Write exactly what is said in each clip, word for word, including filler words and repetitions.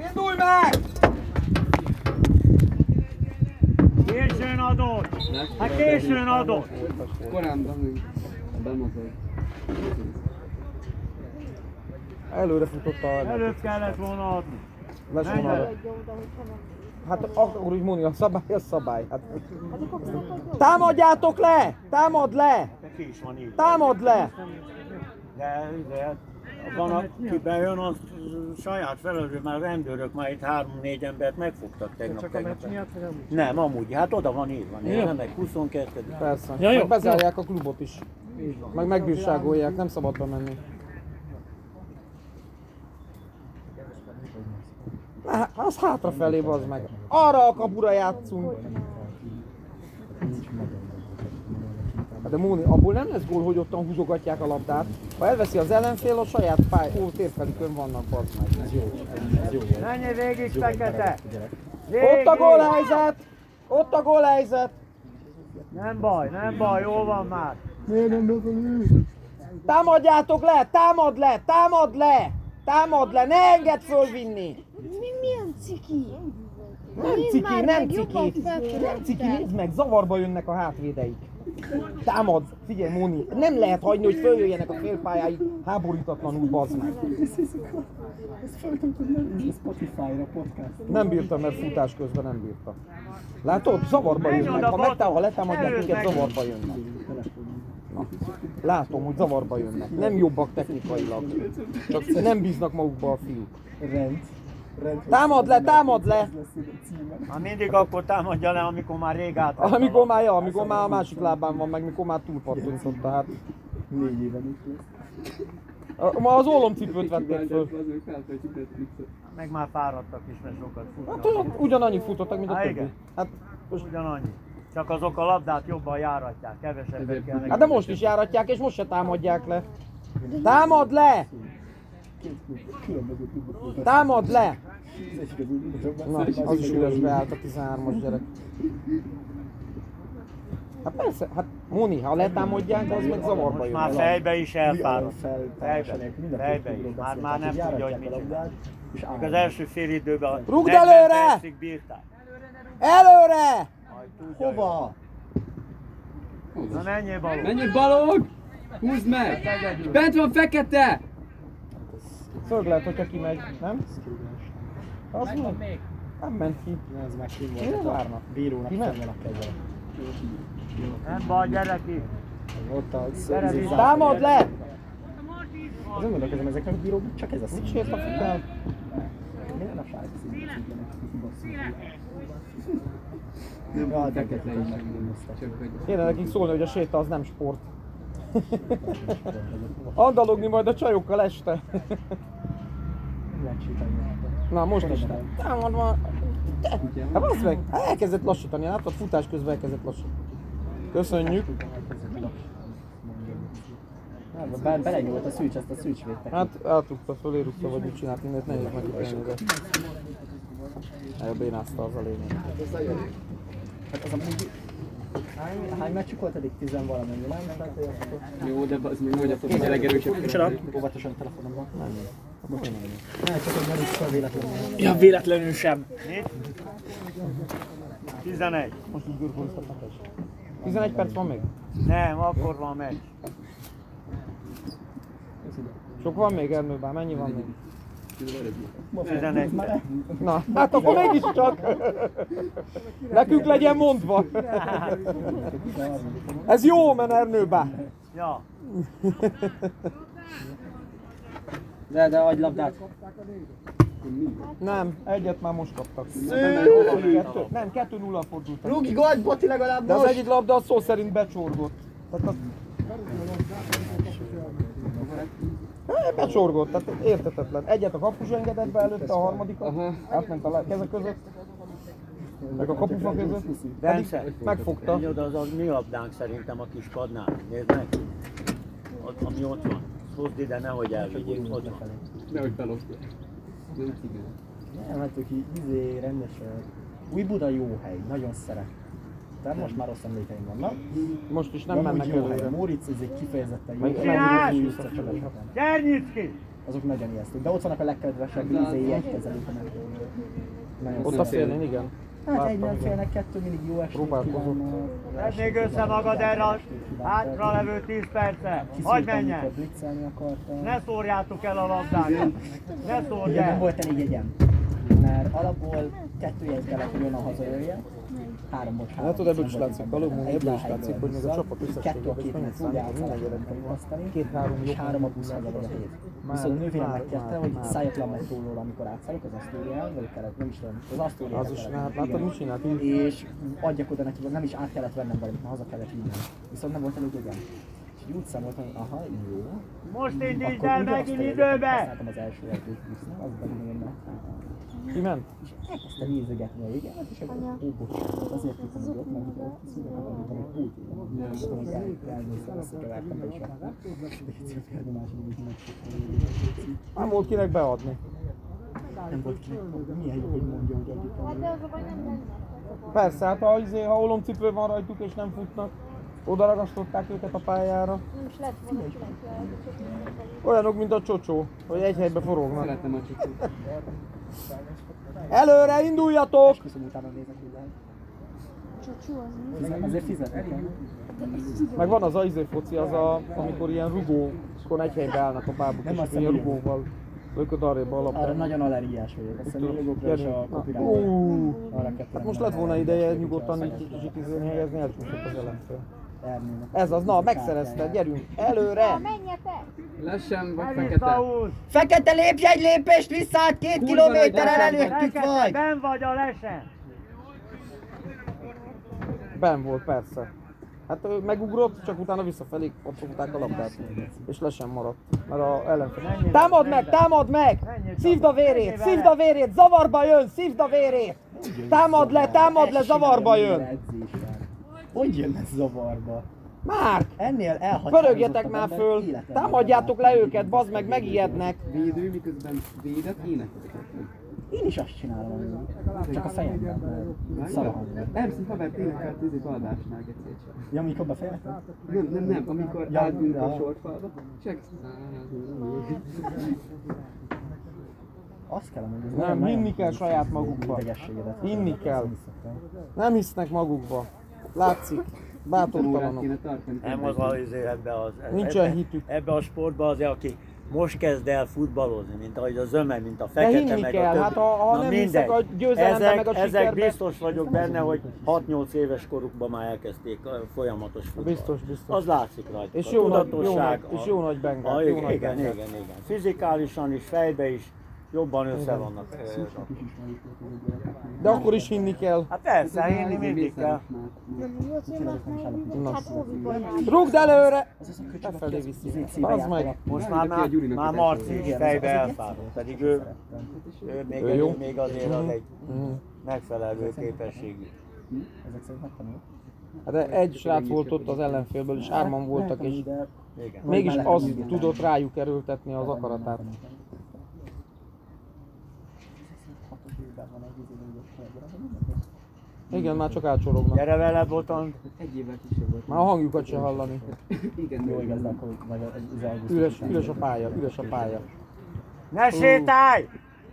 Indulj meg! Későn adott! Hát későn adott! Korán bemozog. Előre futott a... Előbb kellett volna adni. Lesvonalra. Hát akkor úgy mondja, a szabály a szabály. Hát... Támadjátok le! Támad le! Ki is van így. Támad le! De, de van, aki bejön, az saját felelős, már rendőrök már itt három-négy embert megfogtak tegnap. Csak a tegnap. meccs miatt, vagy amúgy? Nem, amúgy, hát oda van írva, Ja. nem meg huszonkettő. Persze. Ja, jó, Meg bezárják a klubot is. Meg megbírságolják, nem szabad bemenni. Na, az hátrafelé, bazd meg. Arra a kapura játszunk. Hát de Móni, abból nem lesz gól, hogy ottan húzogatják a labdát. Ha elveszi az ellenfél, a saját pály... Ó, térfelükön vannak, bazd meg. Ez jó, ez jó. Menj végig, fekete! Ott a gólhelyzet! Ott a gólhelyzet! Nem baj, nem baj, jól van már. Támadjátok le! Támad le! Támad le! Támad le! Ne engedd fölvinni! Mi, milyen ciki? Nem ciki, nem ciki! Nem ciki, nézd meg! Zavarba jönnek a hátvédeik. Támad! Figyelj, Móni! Nem lehet hagyni, hogy följöjjenek a félpályáig háborítatlanul, bazd meg! Spotify-ra podcast. Nem bírtam, mert futás közben nem bírta. Látod? Zavarba jönnek. Ha, megtá- ha letámadják minket, zavarba jönnek. Na. Látom, hogy zavarba jönnek. Nem jobbak technikailag. Csak nem bíznak magukba a fiúk. Rend. Rend. Támad le, támad le! Ha mindig akkor támadja le, amikor már rég át. Amikor már, ja, amikor már a másik lábán van, meg mikor már túlpattintott, tehát... Négy éven itt lesz. A- Ma az ólomcipőt vették föl. Meg már fáradtak is, mert sokat Hát futnak. olyan- ugyanannyit futottak, mint a Há, többi. igen. Hát most, Ugyanannyi. Csak azok a labdát jobban járatják, kevesebbet kell nekik. hát de most is járatják, és most se támadják le. Támad le! Támad le! Na, az is üresbe állt a tizenhármas gyerek. Hát persze, hát Móni, ha letámadják, az meg zavarba Most jön. már fejbe is elfáradt. Fejbe, Fejbe, fejbe is. Már, már nem tudja, hogy mit csinál. Még az első fél időben Rugd negyven előre! percig bírták. Előre! Majd tudja, Hova? hogy- Na menjél balon. Menjél balog! Húzd meg! Bent van fekete! Szög lehet, hogyha kimegy, nem? Az meg? Nem ment ki. Ez meg ki Mire várnak? Bírónak Ki ment? fel van a keze. Nem baj, gyere ki. Ott a Gyere szó- vissza. Támad le! Azon gondolkozom, ezeknek a bírók csak ez a Mit szín. sért a futál? Minden a sárga színben szígyenek. Ja, de kettő is meginduloztak. Kéne nekik szólni, hogy a séta az nem sport. Andalogni majd a csajokkal este. Nem lehet sétálni. Na most is nem. Támadva. Te- Hát az meg, elkezdett lassítani, látod? Futás közben elkezdett lassítani. Köszönjük. Nem, be- belenyúlt a szűcs, ezt a szűcs védtek. Hát átrúgta, fölérúgta, vagy mit csinált, mindent nehéz megítélni, de... Elbénázta az a lényeg. Hát az amúgy... Hány, hány meccsük volt eddig? Tizen valamennyi, nem? Jó, de az még nagy a fog, a legerősebb. Micsoda? Óvatosan telefonomban. Nem. Nem, csak hogy nem is szól véletlenül. Ja, véletlenül sem. Mit? tizenegy. Most így gurguliztatnak is. tizenegy perc van még? Nem, akkor van meccs. Sok van még, Ernőbán? Mennyi van még? tizenegy. Na, hát akkor mégiscsak! Nekünk legyen mondva! Ez jó, men Ernőbán! Ja. De, de agylabdát. Nem, egyet már most kaptak. Kettő, nem, kettő nulla fordultak. Rúgi gólt, Boti legalább De az most! egyik labda az szó szerint becsorgott. Tehát az... Eh, Becsorgott, tehát értetetlen. Egyet a kapus engedett be előtte, a harmadikat, átment a kezek között, meg a kapufa között, pedig Bence, megfogta. menj oda, az a mi labdánk szerintem a kis padnál. Nézd meg. Ott, ami ott van. Hozd ide, nehogy elvigyék. Ott van. Nehogy felosztja. Nem, hát aki izé rendes. Új Buda jó hely, nagyon szeret. Tehát most már rossz emlékeim vannak. Most is nem Van mennek úgy jó hely, előre. Móricz ez egy kifejezetten jó Meg- hely. Csinálj! Új utcacsodák. Gyernyicki! Azok nagyon ijesztők, de ott vannak a legkedvesebb izé jegykezelők a metróról. Nagyon Ott a szép. szélén, igen. Hát Láttam, egy nem igen. félnek, kettő mindig jó estét Próbálkozott. kívánnak. Tedd még össze magad erre a hátra levő tíz percre. Hagyj Kiszúrtam, menjen! amikor blitzelni akartam. Ne szórjátok el a labdákat! Ne szórj Ugye nem el! volt elég jegyem, mert alapból kettő jegy kellett, hogy onnan hazajöjjön. Három volt három. Hát tudod, ebből is látszik, valóban Egy ebből is láhelyről látszik, hogy még a vissza, csapat kettő a összességében is két mennyit úgy számít, állt, minden hogy gyereknek van. osztani, Két-három és jobb három a van. buszra vagy a hét. Már- Viszont nővérem már- megkérte, már- hogy már. szálljak le a metróról, amikor átszállok az Asztórián, vagy kellett, nem is tudom, az Asztórián. Az is, hát látod, mit csinált? És adjak oda neki, nem is át kellett vennem valamit, mert haza kellett vinnem. Viszont nem volt elég jegyem. És így úgy számoltam, hogy aha, jó. Most indítsd Akkor el ugyanazt a megint jegyet időbe! használtam az első edzőt viszont, az pedig én meg. Ki ment? És elkezdtem nézegetni a jégemet, és akkor ó, bocsánat, azért tudtam, hogy ott, mert ott kiszúrtam, hogy egy úgy éve. És akkor még el- elnéztem, összekevertem, be is vettem. De másik is megszoktam. Nem volt kinek beadni. Nem volt kinek mondani, milyen jó, hogy mondja, hogy együtt van. Persze, hát ha, izé, ha olomcipő van rajtuk és nem futnak, oda ragasztották őket a pályára. Nem is lett volna kilenc. Olyanok, mint a csocsó, hogy egy helyben forognak. Szeretem a csicsit. Előre, induljatok! Köszönöm, utána nézek, hogy lehet. Csocsó az mi? Azért fizetek, nem? Meg van az a izé foci, az a, amikor ilyen rugókon egy helyben állnak a bábuk, Nem és azt akkor ilyen hiszem, rugóval lököd arrébb a Arra labdát. nagyon allergiás vagyok. Azt hiszem, a jogokra és a copyrightra. Ú, Arra kettőre hát most nem lett volna lehet. ideje nyugodtan így zsitizélni helyezni, elcsúszott az ellenfél. Ernőnek. Ez az, na megszerezted, gyerünk, előre! Menjetek! Lassan vagy Ne fekete. visszahúzz! Fekete, lépj egy lépést vissza, hát két Kurva kilométerrel nagy előttük Fekete, vagy! benn vagy a lesen! Ben volt, persze. Hát ő megugrott, csak utána visszafelé ott fogták a labdát. És le sem maradt, mert a ellenfél. Támad meg, támad meg! Szívd a vérét, szívd a vérét, zavarba jön, szívd a vérét! Támad le, támad le, zavarba jön! Hogy jön ez zavarba? Márk! Ennél elhatározottabb Pörögjetek már ember föl! életemben Támadjátok nem le láttam. őket, bazd meg, megijednek! Védő, miközben védett énekezik. Én is azt csinálom, amúgy. Csak a fejemben, mert szarhang. Nem, szint haver énekelt izé Balbásnál gecét. Ja, amikor befejeztem? Nem, nem, nem, amikor Ja, átbűnt a ja. sortfalba. Csak... Azt kell mondani, ez Nem, nagyon- hinni nagyon kell saját magukba. idegességedet. Hinni kell. Ezt hiszem. Nem hisznek magukba. Látszik. Órát Bátortalanok. kéne tartani. Nem az az izé ebbe az... Nincsen ebbe, hitük. Ebbe a sportba az, aki most kezd el futballozni, mint ahogy a zöme, mint a De fekete, hinni meg kell, a többi. hát ha, ha Na nem mindegy. hiszek a győzelembe, ezek, meg a ezek sikerbe. biztos vagyok benne, hogy hat-nyolc éves korukban már elkezdték a folyamatos futballt. Biztos, biztos. Az látszik rajta. És a jó nagy- jó tudatosság, nagy- és jó nagy bengát, a, jó igen, nagy igen, bengát. igen, igen. Fizikálisan is, fejbe is jobban össze vannak. ö, De akkor is hinni kell. Hát persze, hinni mindig kell. Nem nyolc évnek Na. hát óviban jár. Rugd előre! Az az a köcsög, Befelé aki viszi. izé szíve Az járt meg. alatt. Most Nem, már, de ki a már, Gyurinak már a Marci is Igen, fejbe az- az elfáradt, pedig ő, ő még, Ő jó. még azért az egy Mhm. megfelelő képességű. Ezek szerint megtanul. Hát egy srác volt ott az ellenfélből, és hárman voltak, és De Igen. mégis az tudott rájuk erőltetni az akaratát. hatos évben van egy izé négyes gyerek. Igen, már csak átsorognak. Gyere vele, Boton! Egy évvel kisebb volt. Már a hangjukat se hallani. Igen, Jó, jó, igaz, de akkor vagy az az augusztus Üres, után. üres a pálya, üres a pálya. Ne sétálj!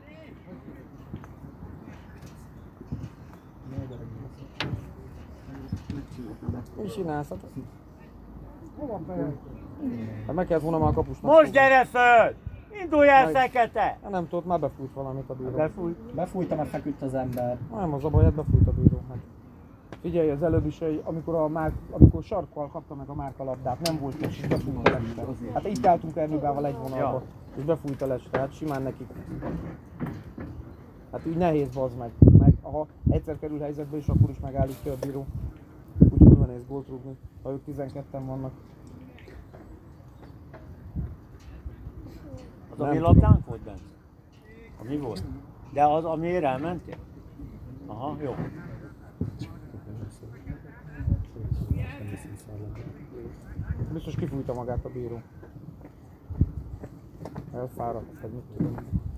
Mi csinálsz? Hát, hát meg kellett volna már a kapusnak. Most fogni. gyere föl! Indulj el, Majd. Fekete! Hát nem tudod, már befújt valamit a bíró. Befújt. Befújtam, mert feküdt az ember. Nem az a baj, hát befújt a bíró. Hát. Figyelj, az előbb is, hogy amikor, a Márk, amikor sarkkal kapta meg a Márka labdát, nem volt kes, és befújt a lestre. Hát itt álltunk Ernőbával egy vonalba, Ja. és befújt a lestre, hát simán nekik. Hát így nehéz bazd meg. meg. Ha egyszer kerül helyzetbe, és akkor is megállítja a bíró. Úgy kurva nehéz gólt rúgni, ha ők tizenketten vannak. Az a Nem mi tudom. labdánk volt bent? A mi volt? De az, amiért elmentél? Aha, jó. Biztos kifújta magát a bíró. Elfáradt, vagy mit tudom.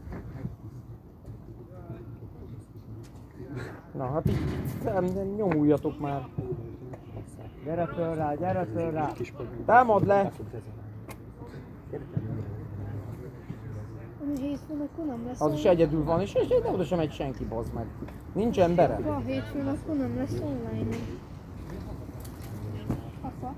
Na hát így nem, nem, nyomuljatok már. Gyere föl rá, gyere föl rá! Támad le! Ami hétfőn akkor nem lesz Az is egyedül van, és, és de oda sem megy senki, bazd meg. Nincs embere. Ha hétfőn akkor nem lesz online. Apa.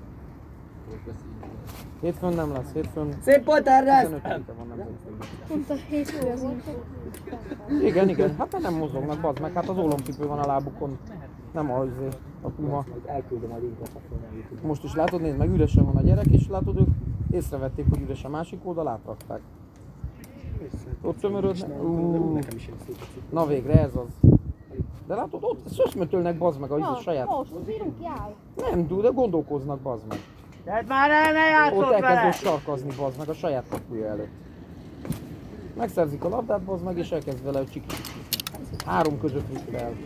Hétfőn nem lesz, hétfőn Szép volt erre! tizenöt héte van nemzetközi. Pont a hétfő az info. Igen, igen, hát mert nem mozognak, bazd meg, hát az ólomcipő van a lábukon. Nem az, a puma. Elküldöm a linket, akkor nem jutunk. Most is látod, nézd meg, üresen van a gyerek, és látod, ők észrevették, hogy üres a másik oldal, átrakták. Ott tömörödnek. Uh, Nekem is egy szép. na végre, ez az. De látod, ott szöszmötölnek, bazd meg, a Na, a saját. most, írunk, jár. Nem, de gondolkoznak, bazd meg. Tehát már el ne Ott játszott elkezdett vele! sarkazni, bazd meg, a saját kapuja előtt. Megszerzik a labdát, bazd meg, és elkezd vele csiki. Három között vitte el.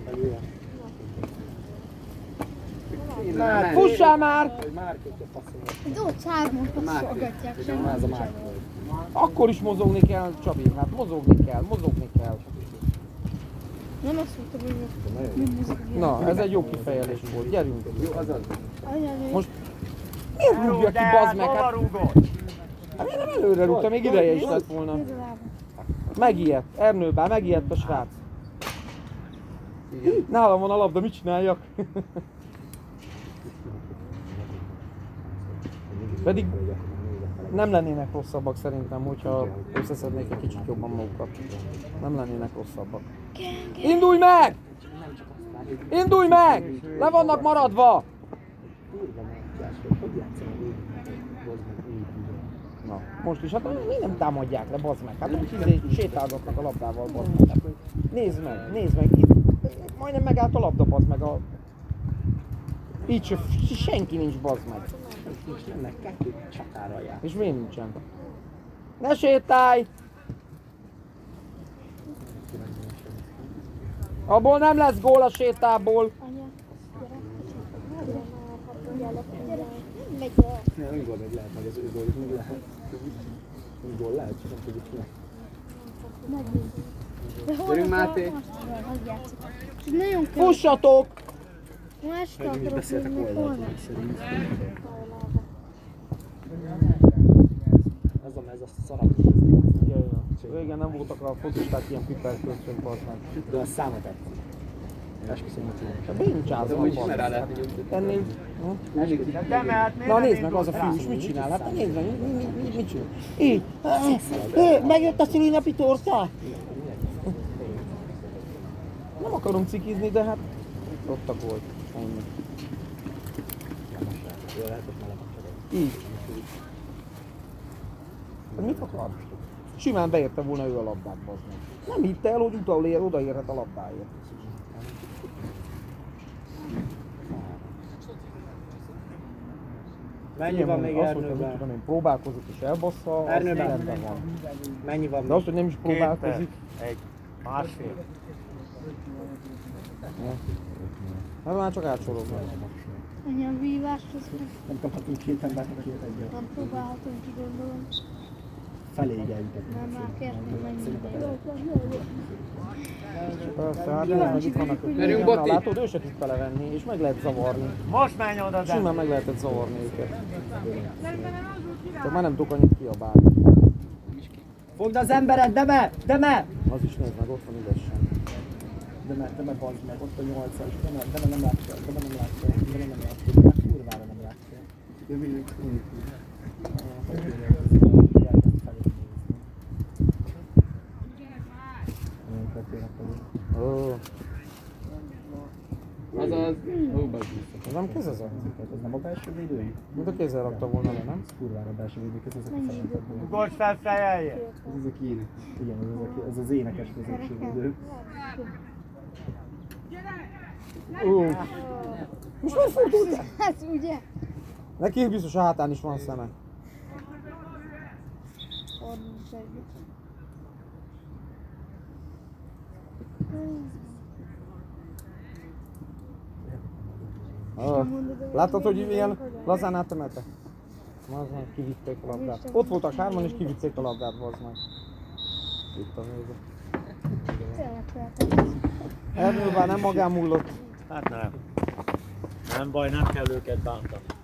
Már, Fussál már! Már kötje faszom. De ott hárman passzolgatják, semmi Ez a nincsen. Márk volt. Akkor is mozogni kell, Csabi, hát mozogni kell, mozogni kell. Nem azt mondtam, hogy nem mozogják. Na, ez egy jó kifejezés volt, gyerünk. Jó, az az. Anyánő. Most miért rúgja ki, bazd meg? hova Hát, rúgott? hát miért nem előre rúgta, még ideje is lett volna. Nézd a lábam. Megijedt, Ernőbár, megijedt a srác. Nálam van a labda, mit csináljak? Pedig nem lennének rosszabbak szerintem, hogyha összeszednék egy kicsit jobban magukat. Nem lennének rosszabbak. Indulj meg! Indulj meg! Le vannak maradva! Na, most is, hát mi nem támadják le, bazd meg? Hát úgy izé sétálgatnak a labdával, bazd meg. Hát, nézd meg, nézd meg, itt majdnem megállt a labda, bazd meg. A... Így se, senki nincs, bazd meg. Most mennek kettő csatára jár. És miért nincsen? Ne sétálj! Abból nem lesz gól a sétából. Anya, gyere. Gyere. Gyere. Nem megy el. Nem, nem gól, meg lehet, meg az ő gól, meg lehet. Nem gól lehet, csak nem tudjuk csinálni. Megint. De hol Gyerünk, az a- Máté. most van, az játszik. Ez nagyon kell. Fussatok! Ma este Meg is akarok beszéltek jönni, oldalt, holnap. szerint. Az a mez, azt szarab. Ja, ja. Régen nem voltak a fotisták ilyen piperkölcsön, bazd meg. De a számot tetszik. Esküszöm, hogy tudom. A béncsázom, Úgy is bazd rá meg. lehet nyomni. Ennél... hm? De mehet, miért Na nem nézd meg, az a indult fiú rá? is mit csinál? Hát nézd meg, mi, mi, mi, mit csinál? Így! Hé, megjött a szülinapi torta! Nem akarom cikizni, de hát... Ott a volt. Ennyi. Jó, lehet, hogy már lepakcsolod. Így. Hát mit akar? Simán beérte volna ő a labdát, bazd meg. Nem hitte el, hogy utálér, odaérhet a labdáért. Mennyi van még Azt, hogy mit Ernőben? tudom én, próbálkozik és elbassza, az Ernőben? rendben van. Mennyi van De még? azt, hogy nem is Két perc. próbálkozik, Egy, másfél. hát már csak átsorolva. Anya, a vívást az meg Nem kaphatunk két embert, a két egyet. nem próbálhatunk ki, gondolom. Felé eljutott. Nem, már kértünk mennyi ideig. Persze, hát nézd meg, itt vannak ők. Gyerünk, Na, Botti! látod, ő se tud belevenni, és meg lehet zavarni. Most menj oda, de Simán meg lehetett zavarni őket. Csak már nem tudok annyit kiabálni. Fogd az embered, Deme! Deme! Az is nézd meg, ott van üresen. Deme, Deme, bazd meg, ott a nyolcas. Deme, Deme nem látja, Deme nem látja, Deme nem látja. Hát kurvára nem látja. Jövünk. Ó, Azaz. Ó, bazd. ez nem kezezett? Ez nem a belső védői? Mint a kézzel rakta volna le, nem? Ez kurvára a belső védők, ez ezek a Mennyi szemetekből. ugorj fel, fejeljél! Ez az a kéne. Igen, ez, ezek, ez az énekes belső védő. Ó, most már fordult? Hát ugye? Neki biztos a hátán is van szeme. Fordulsz egyet. Ah, látod, hogy milyen lazán átemelte? Az meg kivitték a labdát. Ott voltak hárman és kivitték a labdát, bazd meg. Itt a vége. Tényleg feltettem. Ernő bár nem magán múlott. Hát nem. Nem baj, nem kell őket bántani.